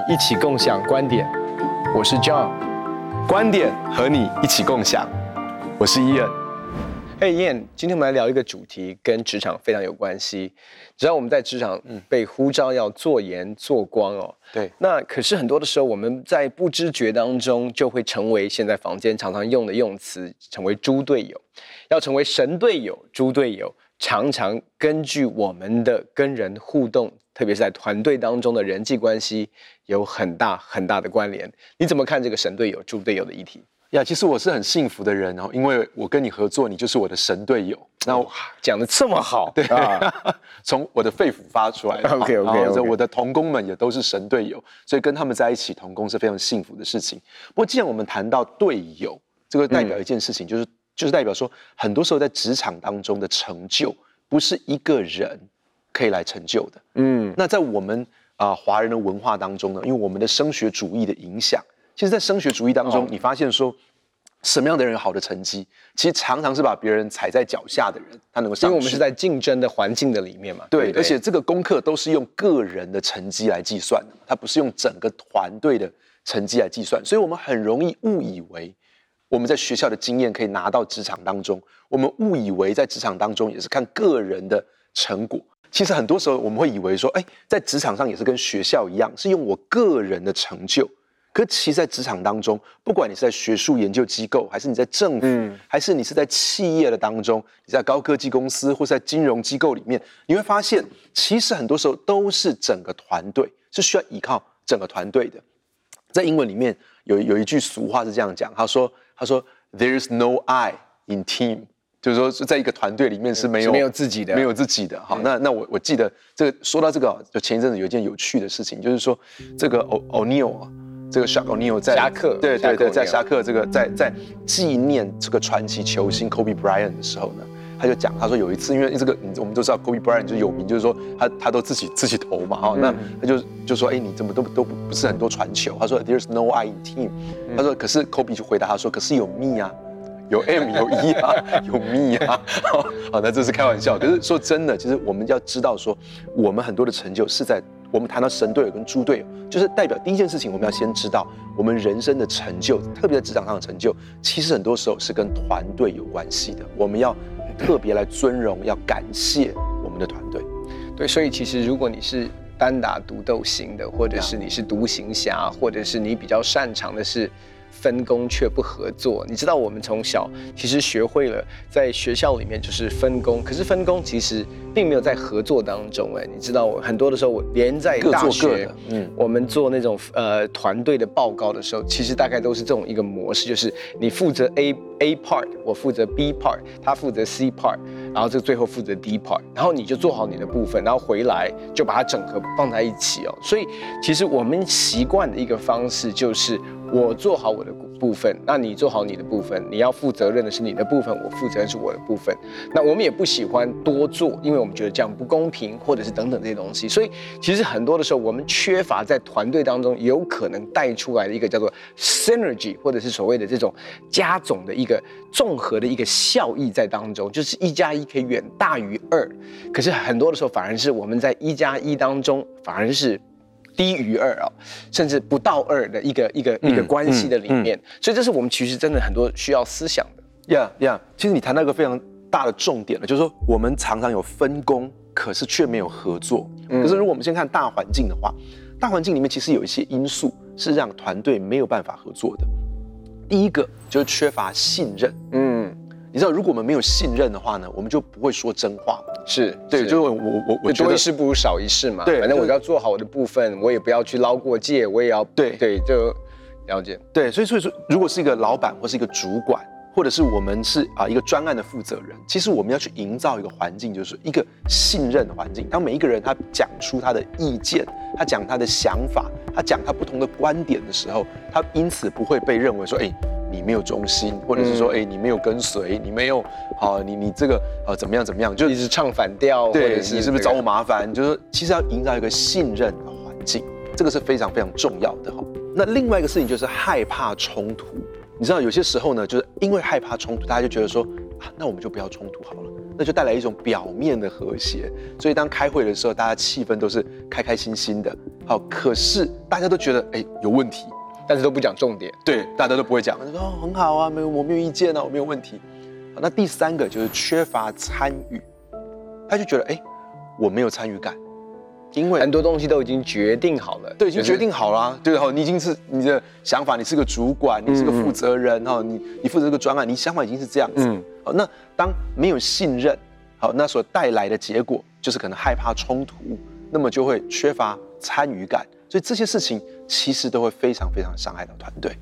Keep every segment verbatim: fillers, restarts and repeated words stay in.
一起共享观点，我是 John， 观点和你一起共享，我是 Ian。 嘿 Ian， 今天我们来聊一个主题，跟职场非常有关系。只要我们在职场被呼召要做盐做光哦， 对。 那可是很多的时候，我们在不知觉当中就会成为现在坊间常常用的用词，成为猪队友。要成为神队友、猪队友，常常根据我们的跟人互动，特别是在团队当中的人际关系，有很大很大的关联。你怎么看这个神队友、猪队友的议题？ 呀，其实我是很幸福的人哦，因为我跟你合作，你就是我的神队友。 那我讲得这么好， 对，啊、从我的肺腑发出来的。 OK OK OK， 我的同工们也都是神队友，所以跟他们在一起同工是非常幸福的事情。不过，既然我们谈到队友，这个代表一件事情，就是、嗯、就是代表说，很多时候在职场当中的成就，不是一个人可以来成就的。嗯，那在我们啊、呃、华人的文化当中呢，因为我们的升学主义的影响。其实，在升学主义当中，哦、你发现说，什么样的人有好的成绩，其实常常是把别人踩在脚下的人，他能够上。 因为我们是在竞争的环境的里面嘛。 对， 对对， 而且这个功课都是用个人的成绩来计算的，它不是用整个团队的成绩来计算，所以我们很容易误以为我们在学校的经验可以拿到职场当中，我们误以为在职场当中也是看个人的成果。其实很多时候我们会以为说，哎，在职场上也是跟学校一样，是用我个人的成就。可其实在职场当中，不管你是在学术研究机构，还是你在政府，嗯、还是你是在企业的当中，你在高科技公司或是在金融机构里面，你会发现，其实很多时候都是整个团队，是需要依靠整个团队的。在英文里面有有一句俗话是这样讲，他说：“他说 There's no I in team。”就是说，在一个团队里面是没有没有自己的， 没有自己的。好，那那我我记得这个说到这个，就前一阵子有一件有趣的事情，就是说这个 O'Neal 啊。这个 Shaq O'Neal 在侠客， 对对对，在侠客这个在在纪念这个传奇球星 Kobe Bryant 的时候呢，他就讲，他说有一次，因为这个我们都知道 Kobe Bryant 就有名，就是说他他都自己自己投嘛，哈、嗯，那他就就说，哎，你怎么都都不是很多传球？他说 There's no I in team，、嗯、他说可是 Kobe 就回答他说，可是有 me 啊。有 M 有 E 啊，有 me 啊，好，那这是开玩笑。可是说真的，其实我们要知道说，我们很多的成就是在我们谈到神队友跟猪队友，就是代表第一件事情，我们要先知道我们人生的成就，特别在职场上的成就，其实很多时候是跟团队有关系的。我们要特别来尊荣，要感谢我们的团队。 对，所以其实如果你是单打独斗型的，或者是你是独行侠，或者是你比较擅长的是分工却不合作，你知道我们从小其实学会了，在学校里面就是分工，可是分工其实并没有在合作当中。哎，你知道我很多的时候，我连在大学，各各嗯，我们做那种呃团队的报告的时候，其实大概都是这种一个模式，就是你负责 A A part， 我负责 B part， 他负责 C part， 然后这最后负责 D part， 然后你就做好你的部分，然后回来就把它整合放在一起哦。所以其实我们习惯的一个方式就是，我做好我的部分，那你做好你的部分，你要负责任的是你的部分，我负责任是我的部分。那我们也不喜欢多做，因为我们觉得这样不公平，或者是等等这些东西。所以其实很多的时候，我们缺乏在团队当中有可能带出来的一个叫做 synergy， 或者是所谓的这种加总的一个综合的一个效益在当中，就是一加一可以远大于二。可是很多的时候，反而是我们在一加一当中，反而是低于二啊，甚至不到二的一个一个、嗯、一个关系的里面、嗯嗯，所以这是我们其实真的很多需要思想的。 呀呀，其实你谈到一个非常大的重点了，就是说我们常常有分工，可是却没有合作。嗯、可是如果我们先看大环境的话，大环境里面其实有一些因素是让团队没有办法合作的。第一个就是缺乏信任。嗯。你知道，如果我们没有信任的话呢，我们就不会说真话。 是对，就是我我我我觉得多一事不如少一事嘛。 对， 反正我要做好我的部分，我也不要去捞过界，我也要对对就了解。 对，所以所以说，如果是一个老板或是一个主管，或者是我们是啊一个专案的负责人，其实我们要去营造一个环境，就是一个信任的环境。当每一个人他讲出他的意见，他讲他的想法，他讲他不同的观点的时候，他因此不会被认为说，哎。你没有忠心，或者是说，哎、欸，你没有跟随，你没有，好、啊，你你这个呃怎么样怎么样，就一直唱反调， 对， 或者是你是不是找我麻烦？就是说，其实要营造一个信任的环境，这个是非常非常重要的哈。那另外一个事情就是害怕冲突，你知道有些时候呢，就是因为害怕冲突，大家就觉得说，啊，那我们就不要冲突好了，那就带来一种表面的和谐。所以当开会的时候，大家气氛都是开开心心的。 好，可是大家都觉得哎有问题， 但是都不讲重点。 对，大家都不会讲，说哦很好啊，没有我没有意见啊，我没有问题。好，那第三个就是缺乏参与，他就觉得哎我没有参与感。因为很多东西都已经决定好了， 对，已经决定好了、啊，对哈，你已经是你的想法，你是个主管，你是个负责人哈、嗯，你你负责这个专案，你想法已经是这样子。嗯，好，那当没有信任，好，那所带来的结果就是可能害怕冲突，那么就会缺乏参与感，所以这些事情其实都会非常非常伤害到团队。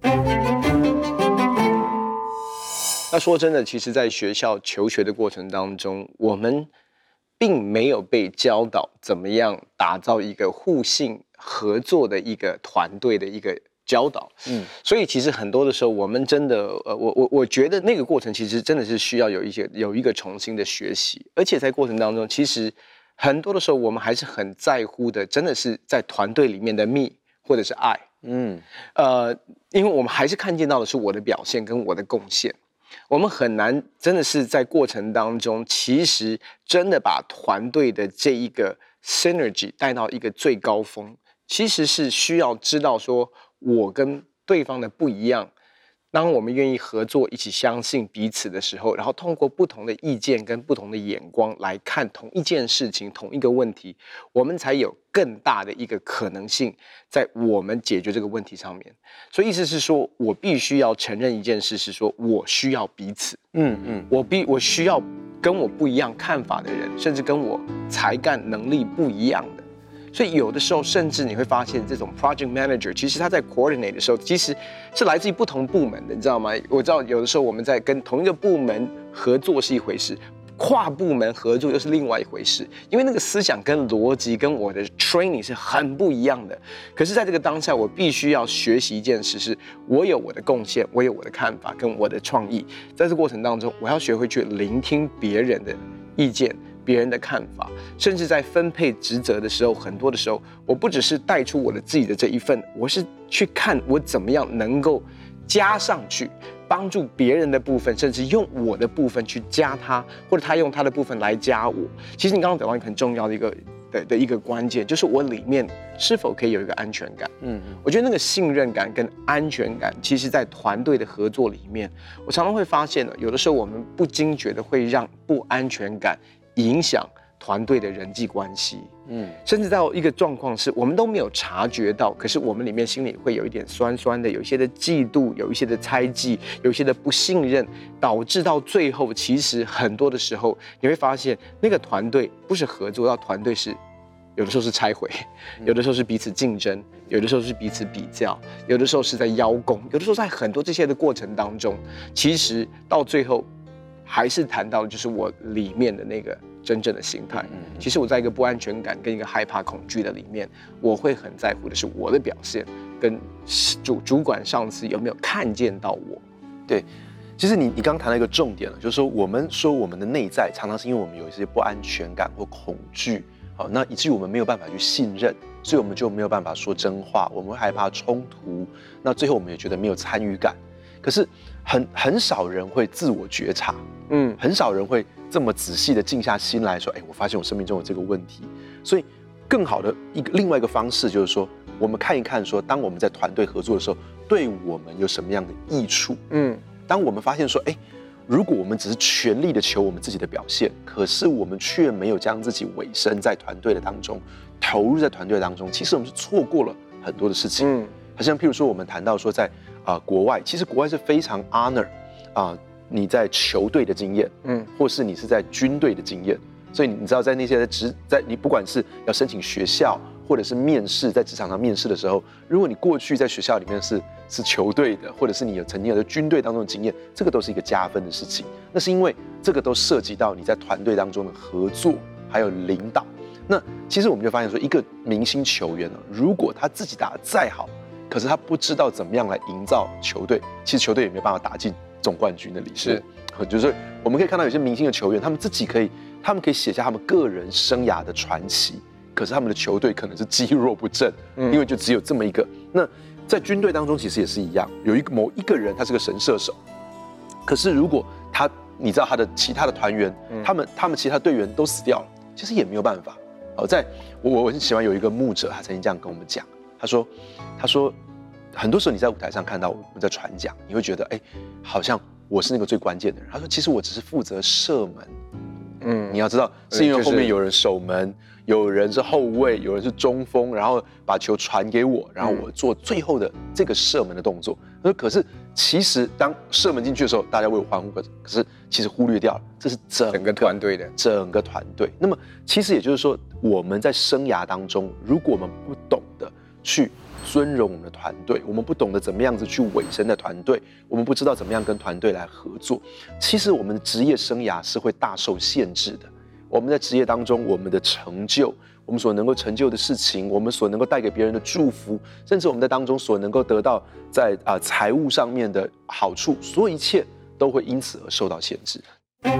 那说真的，其实在学校求学的过程当中，我们并没有被教导怎么样打造一个互信合作的一个团队的一个教导，嗯，所以其实很多的时候，我们真的，呃，我我我觉得那个过程其实真的是需要有一些有一个重新的学习，而且在过程当中，其实很多的时候我们还是很在乎的，真的是在团队里面的密或者是爱，嗯，呃，因为我们还是看见到的是我的表现跟我的贡献。我们很难真的是在过程当中，其实真的把团队的这一个 synergy 带到一个最高峰，其实是需要知道说我跟对方的不一样。当我们愿意合作，一起相信彼此的时候，然后通过不同的意见跟不同的眼光来看同一件事情、同一个问题，我们才有更大的一个可能性在我们解决这个问题上面。所以意思是说，我必须要承认一件事，是说我需要彼此，嗯嗯，我必我需要跟我不一样看法的人，甚至跟我才干能力不一样的。所以有的时候，甚至你会发现，这种 project manager 其实他在 coordinate 的时候，其实是来自于不同部门的，你知道吗？我知道有的时候我们在跟同一个部门合作是一回事，跨部门合作又是另外一回事，因为那个思想跟逻辑跟我的 training 是很不一样的。可是在这个当下，我必须要学习一件事，是我有我的贡献，我有我的看法跟我的创意，在这个过程当中，我要学会去聆听别人的意见。别人的看法，甚至在分配职责的时候，很多的时候，我不只是带出我的自己的这一份，我是去看我怎么样能够加上去，帮助别人的部分，甚至用我的部分去加他，或者他用他的部分来加我。其实你刚刚讲到一个很重要的一个的的一个关键，就是我里面是否可以有一个安全感。嗯，我觉得那个信任感跟安全感，其实在团队的合作里面，我常常会发现呢，有的时候我们不经觉的会让不安全感影响团队的人际关系，嗯，甚至到一个状况是我们都没有察觉到，可是我们里面心里会有一点酸酸的，有一些的嫉妒，有一些的猜忌，有一些的不信任，导致到最后，其实很多的时候你会发现，那个团队不是合作，到团队是有的时候是拆毁，有的时候是彼此竞争，有的时候是彼此比较，有的时候是在邀功，有的时候在很多这些的过程当中，其实到最后还是谈到的就是我里面的那个真正的心态。其实我在一个不安全感跟一个害怕恐惧的里面，我会很在乎的是我的表现跟主主管上司有没有看见到我。 对，其实你你刚谈到一个重点了，就是说我们说我们的内在常常是因为我们有一些不安全感或恐惧，好，那以至于我们没有办法去信任，所以我们就没有办法说真话，我们会害怕冲突，那最后我们也觉得没有参与感。可是很很少人会自我觉察，嗯，很少人会这么仔细的静下心来说，哎，我发现我生命中有这个问题。所以更好的一个另外一个方式就是说，我们看一看说，当我们在团队合作的时候，对我们有什么样的益处？嗯，当我们发现说，哎，如果我们只是全力的求我们自己的表现，可是我们却没有将自己委身在团队的当中，投入在团队当中，其实我们是错过了很多的事情。嗯，好像譬如说我们谈到说在啊、呃、国外，其实国外是非常 honor 啊、呃、你在球队的经验，嗯，或是你是在军队的经验。所以你知道在那些在职在你不管是要申请学校，或者是面试，在职场上面试的时候，如果你过去在学校里面是是球队的，或者是你有曾经有在军队当中的经验，这个都是一个加分的事情。那是因为这个都涉及到你在团队当中的合作还有领导。那其实我们就发现说，一个明星球员呢，如果他自己打得再好，可是他不知道怎么样来营造球队，其实球队也没有办法打进总冠军的里面。是，就是我们可以看到有些明星的球员，他们自己可以，他们可以写下他们个人生涯的传奇，可是他们的球队可能是积弱不振，嗯、因为就只有这么一个。那在军队当中其实也是一样，有一个某一个人他是个神射手，可是如果他你知道他的其他的团员，嗯、他们他们其他队员都死掉了，其实也没有办法。 好，在我我很喜欢有一个牧者，他曾经这样跟我们讲，他说，他说，很多时候你在舞台上看到我们在传讲，你会觉得，哎，好像我是那个最关键的人。他说，其实我只是负责射门。嗯，你要知道，是因为后面有人守门，有人是后卫，有人是中锋，然后把球传给我，然后我做最后的这个射门的动作。他说，可是其实当射门进去的时候，大家为我欢呼，可是其实忽略掉了，这是整个整个团队的整个团队。那么其实也就是说，我们在生涯当中，如果我们不懂得去尊荣我们的团队，我们不懂得怎么样子去委身的团队，我们不知道怎么样跟团队来合作，其实我们的职业生涯是会大受限制的。我们在职业当中，我们的成就，我们所能够成就的事情，我们所能够带给别人的祝福，甚至我们在当中所能够得到在啊、呃、财务上面的好处，所有一切都会因此而受到限制。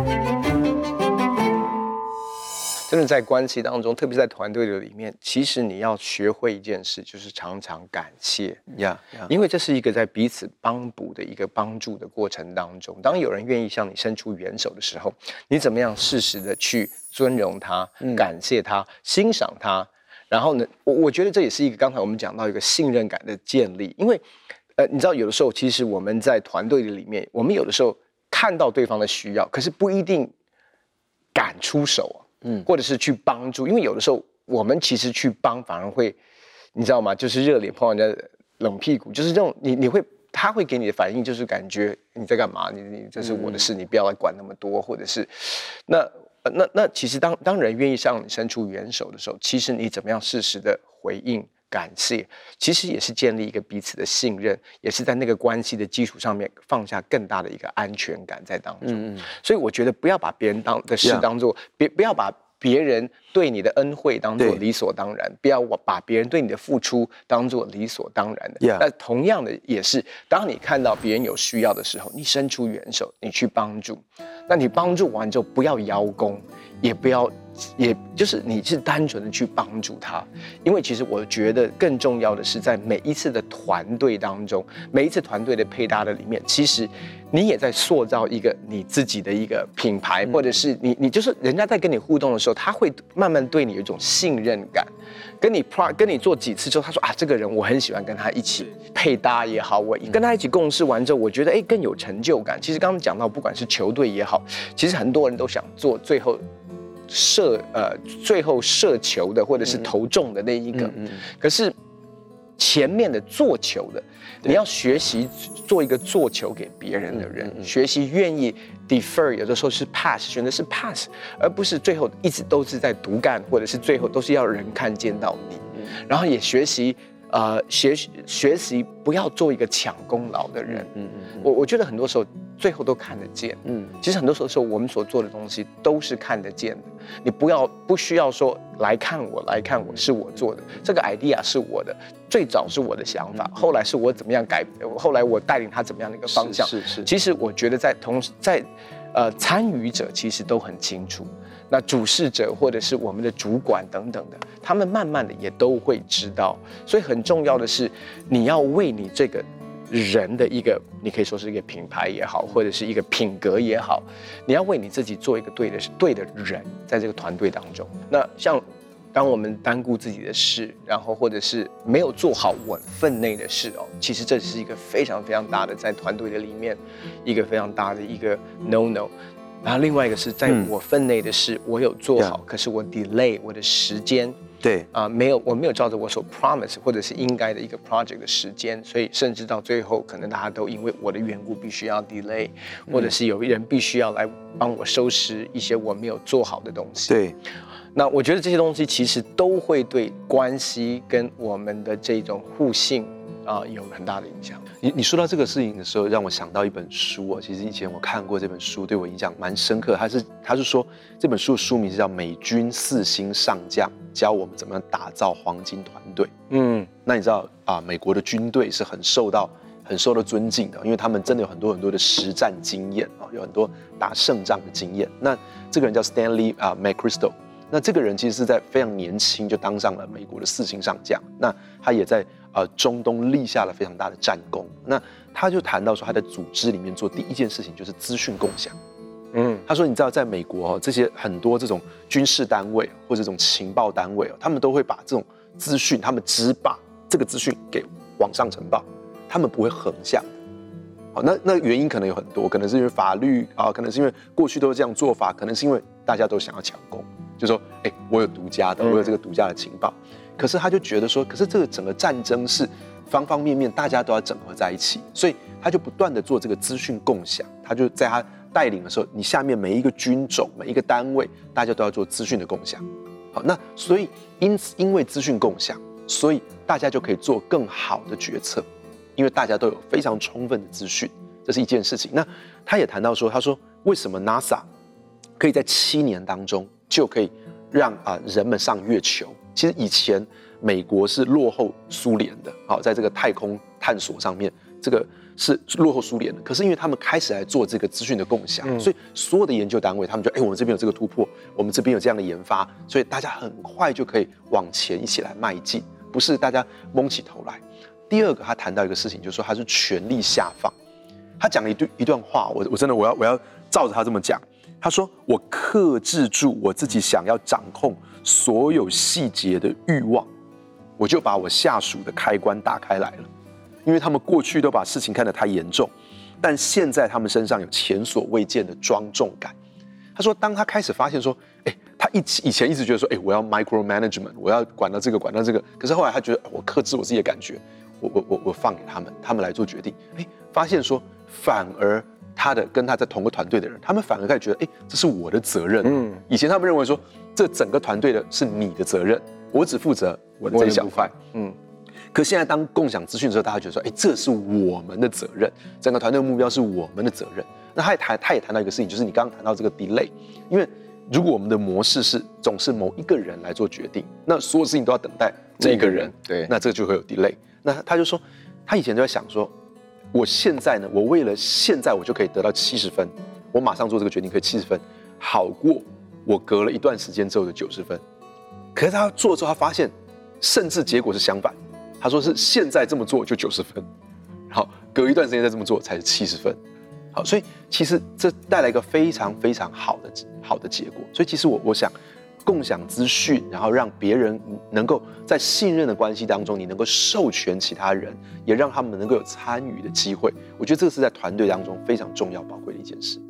真的在关系当中，特别在团队的里面，其实你要学会一件事，就是常常感谢呀， yeah, yeah. 因为这是一个在彼此帮补的一个帮助的过程当中。当有人愿意向你伸出援手的时候，你怎么样适时的去尊荣他、感谢他、欣赏他，然后呢，我我觉得这也是一个刚才我们讲到一个信任感的建立。因为，呃，你知道有的时候，其实我们在团队的里面，我们有的时候看到对方的需要，可是不一定敢出手啊。嗯，或者是去帮助，因为有的时候我们其实去帮反而会，你知道吗？就是热脸碰人家冷屁股，就是这种你你会他会给你的反应就是感觉你在干嘛？你你这是我的事，你不要来管那么多，或者是那那那其实当当人愿意向你伸出援手的时候，其实你怎么样适时的回应感谢，其实也是建立一个彼此的信任，也是在那个关系的基础上面放下更大的一个安全感在当中。嗯嗯，所以我觉得不要把别人当的事当做，别不要把别人对你的恩惠当做理所当然，不要把别人对你的付出当做理所当然的。Yeah. 那同样的也是，当你看到别人有需要的时候，你伸出援手，你去帮助。那你帮助完之后，不要邀功，也不要。也就是你是单纯的去帮助他，因为其实我觉得更重要的是在每一次的团队当中，每一次团队的配搭的里面，其实你也在塑造一个你自己的一个品牌，或者是你你就是人家在跟你互动的时候，他会慢慢对你有一种信任感。跟你 pro 跟你做几次之后，他说啊，这个人我很喜欢跟他一起配搭也好，我跟他一起共事完之后，我觉得哎更有成就感。其实刚刚讲到，不管是球队也好，其实很多人都想做最后。射呃，最后射球的或者是投中的那一个，嗯嗯、可是前面的做球的，你要学习做一个做球给别人的人，嗯嗯嗯、学习愿意 defer， 有的时候是 pass， 选的是 pass， 而不是最后一直都是在独干，或者是最后都是要人看见到你，嗯、然后也学习。呃，学学习不要做一个抢功劳的人。嗯嗯嗯、我我觉得很多时候最后都看得见。嗯，其实很多时候我们所做的东西都是看得见的。你不要不需要说来看我，来看我是我做的，这个 idea 是我的，最早是我的想法，后来是我怎么样改，后来我带领他怎么样的一个方向。是 是, 是。其实我觉得在同时在呃参与者其实都很清楚。那主事者或者是我们的主管等等的，他们慢慢的也都会知道，所以很重要的是，你要为你这个人的一个，你可以说是一个品牌也好，或者是一个品格也好，你要为你自己做一个对的对的人，在这个团队当中。那像当我们单顾自己的事，然后或者是没有做好我分内的事哦，其实这是一个非常非常大的在团队的里面一个非常大的一个 no no。然后另外一个是在我分内的事，嗯、我有做好， yeah. 可是我 delay 我的时间， 对啊、 呃，没有，我没有照着我所 promise 或者是应该的一个 project 的时间，所以甚至到最后，可能大家都因为我的缘故必须要 delay，、嗯、或者是有人必须要来帮我收拾一些我没有做好的东西。 对， 那我觉得这些东西其实都会对关系跟我们的这种互信啊、呃、有很大的影响。 你你说到这个事情的时候，让我想到一本书哦。其实以前我看过这本书，对我影响蛮深刻。他是他是说这本书的书名是叫《美军四星上将教我们怎么样打造黄金团队》。嗯，那你知道啊，美国的军队是很受到很受到尊敬的，因为他们真的有很多很多的实战经验啊，有很多打胜仗的经验。那这个人叫 Stanley 啊 McChrystal。那这个人其实是在非常年轻就当上了美国的四星上将，那他也在呃中东立下了非常大的战功。那他就谈到说，他在组织里面做第一件事情就是资讯共享。嗯， 他说你知道在美国哦，这些很多这种军事单位或者这种情报单位哦，他们都会把这种资讯，他们只把这个资讯给往上呈报，他们不会横向的。好，那那原因可能有很多，可能是因为法律啊，可能是因为过去都是这样做法，可能是因为大家都想要抢功，就说哎，我有独家的，我有这个独家的情报。可是他就觉得说，可是这个整个战争是方方面面大家都要整合在一起，所以他就不断的做这个资讯共享。他就在他带领的时候，你下面每一个军种、每一个单位，大家都要做资讯的共享。好，那所以因此因为资讯共享，所以大家就可以做更好的决策，因为大家都有非常充分的资讯，这是一件事情。那他也谈到说，他说为什么 NASA 可以在七年当中就可以让啊、呃、人们上月球？其实以前美国是落后苏联的，好，在这个太空探索上面，这个是落后苏联的。可是因为他们开始来做这个资讯的共享，嗯、所以所有的研究单位他们就哎，我们这边有这个突破，我们这边有这样的研发，所以大家很快就可以往前一起来迈进，不是大家蒙起头来。第二个，他谈到一个事情，就是说他是权力下放。他讲了一段一段话，我我真的我要我要照着他这么讲。他说：“我克制住我自己想要掌控所有细节的欲望，我就把我下属的开关打开来了。因为他们过去都把事情看得太严重，但现在他们身上有前所未见的庄重感。”他说：“当他开始发现说，哎，他以以前一直觉得说，哎，我要 micro management， 我要管到这个管到这个，可是后来他觉得我克制我自己的感觉，我我我我放给他们，他们来做决定。哎，发现说反而。”他的跟他在同个团队的人，他们反而开始觉得，哎，这是我的责任。嗯，以前他们认为说，这整个团队的是你的责任，我只负责我的这一小块。嗯，可现在当共享资讯的时候，大家觉得说，哎，这是我们的责任，整个团队的目标是我们的责任。那他也谈，他也谈到一个事情，就是你刚刚谈到这个 delay， 因为如果我们的模式是总是某一个人来做决定，那所有事情都要等待这个人，对，那这个就会有 delay。那他就说，他以前就在想说。我现在呢，我为了现在我就可以得到七十分，我马上做这个决定可以七十分，好过我隔了一段时间之后的九十分。可是他做之后，他发现，甚至结果是相反。他说是现在这么做就九十分，好，隔一段时间再这么做才是七十分。好，所以其实这带来一个非常非常好的好的结果。所以其实我我想。共享资讯，然后让别人能够在信任的关系当中，你能够授权其他人，也让他们能够有参与的机会。我觉得这个是在团队当中非常重要、宝贵的一件事。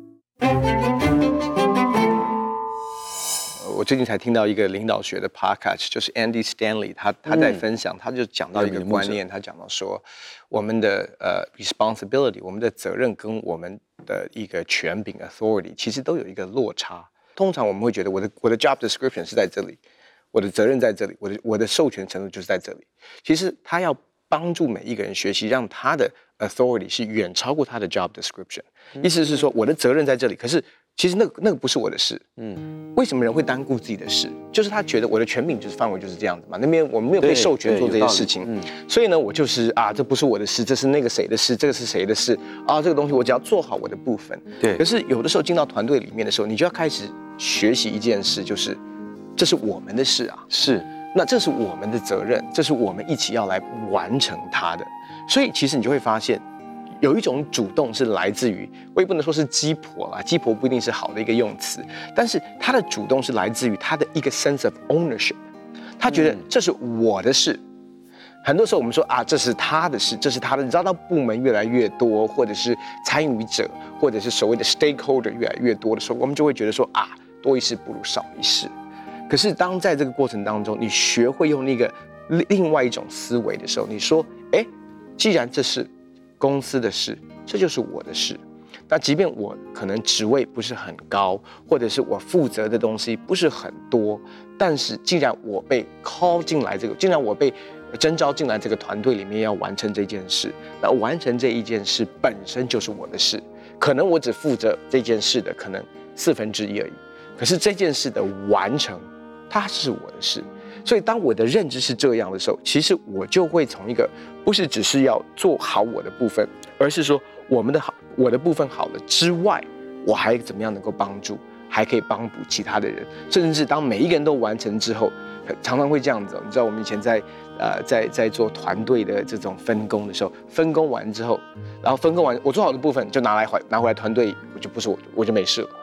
我最近才听到一个领导学的 podcast， 就是 Andy Stanley， 他他在分享，他就讲到一个观念，他讲到说，我们的呃 responsibility， 我们的责任跟我们的一个权柄 authority， 其实都有一个落差。通常我们会觉得我的我的 job description 是在这里，我的责任在这里，我的我的授权程度就是在这里。其实他要帮助每一个人学习，让他的 authority 是远超过他的 job description。意思是说，我的责任在这里，可是其实那个那个不是我的事。嗯，为什么人会单顾自己的事？就是他觉得我的权柄就是范围就是这样子嘛，那边我们没有被授权做这些事情，嗯，所以呢，我就是啊，这不是我的事，这是那个谁的事，这个是谁的事啊？这个东西我只要做好我的部分。对。可是有的时候进到团队里面的时候，你就要开始学习一件事，就是这是我们的事啊， 是， 那这是我们的责任，这是我们一起要来完成它的。所以其实你就会发现。有一种主动是来自于，我也不能说是鸡婆啦，鸡婆不一定是好的一个用词，但是他的主动是来自于他的一个 sense of ownership， 他觉得这是我的事。很多时候我们说啊，这是他的事，这是他的。你知道，当部门越来越多，或者是参与者，或者是所谓的 stakeholder 越来越多的时候，我们就会觉得说啊，多一事不如少一事。可是当在这个过程当中，你学会用那个另外一种思维的时候，你说，哎，既然这是公司的事，这就是我的事。那即便我可能职位不是很高，或者是我负责的东西不是很多，但是既然我被 call 进来这个，既然我被征召进来这个团队里面要完成这件事，那完成这一件事本身就是我的事。可能我只负责这件事的可能四分之一而已，可是这件事的完成，它是我的事。所以当我的认知是这样的时候，其实我就会从一个不是只是要做好我的部分，而是说我们的好，我的部分好了之外，我还怎么样能够帮助，还可以帮补其他的人，甚至是当每一个人都完成之后，常常会这样子、哦。你知道我们以前在呃在在做团队的这种分工的时候，分工完之后，然后分工完我做好的部分就拿来回拿回来团队，我就不是我我就没事了。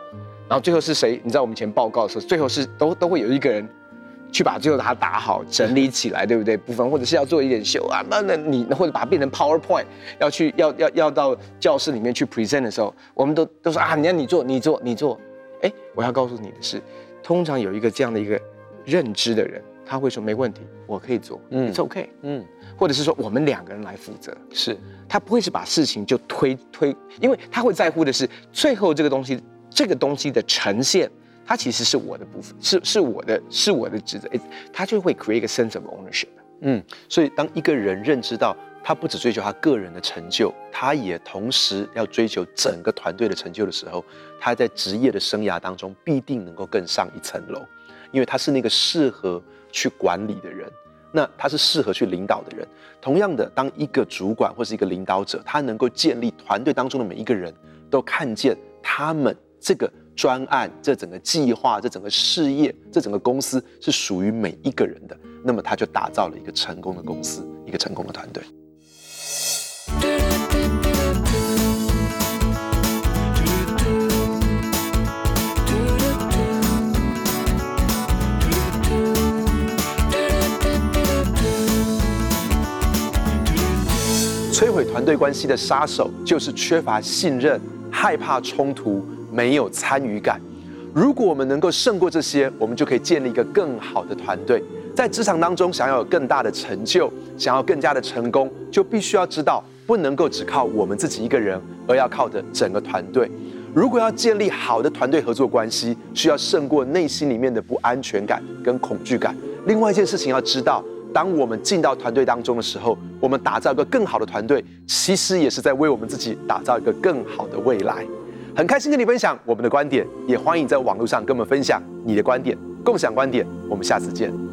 然后最后是谁？你知道我们以前报告的时候，最后是都都会有一个人去把最后它打好、整理起来，对不对？部分或者是要做一点修啊，那那你或者把它变成 PowerPoint， 要去要要要到教室里面去 present 的时候，我们都都说啊，你要你做你做你做。哎，我要告诉你的是，通常有一个这样的一个认知的人，他会说没问题，我可以做，嗯 ，it's OK， 嗯，或者是说我们两个人来负责， 是他不会是把事情就推推，因为他会在乎的是最后这个东西。这个东西的呈现，它其实是我的部分，是是我的，是我的职责，他就会 create 一个 sense of ownership。 嗯，所以当一个人认知到他不只追求他个人的成就，他也同时要追求整个团队的成就的时候，他在职业的生涯当中必定能够更上一层楼，因为他是那个适合去管理的人，那他是适合去领导的人。同样的，当一个主管或是一个领导者，他能够建立团队当中的每一个人都看见他们。这个专案、这整个计划、这整个事业、这整个公司是属于每一个人的，那么他就打造了一个成功的公司，一个成功的团队。摧毁团队关系的杀手就是缺乏信任、害怕冲突。没有参与感。如果我们能够胜过这些，我们就可以建立一个更好的团队。在职场当中，想要有更大的成就，想要更加的成功，就必须要知道，不能够只靠我们自己一个人，而要靠着整个团队。如果要建立好的团队合作关系，需要胜过内心里面的不安全感跟恐惧感。另外一件事情要知道，当我们进到团队当中的时候，我们打造一个更好的团队，其实也是在为我们自己打造一个更好的未来。很开心跟你分享我们的观点，也欢迎在网络上跟我们分享你的观点，共享观点。我们下次见。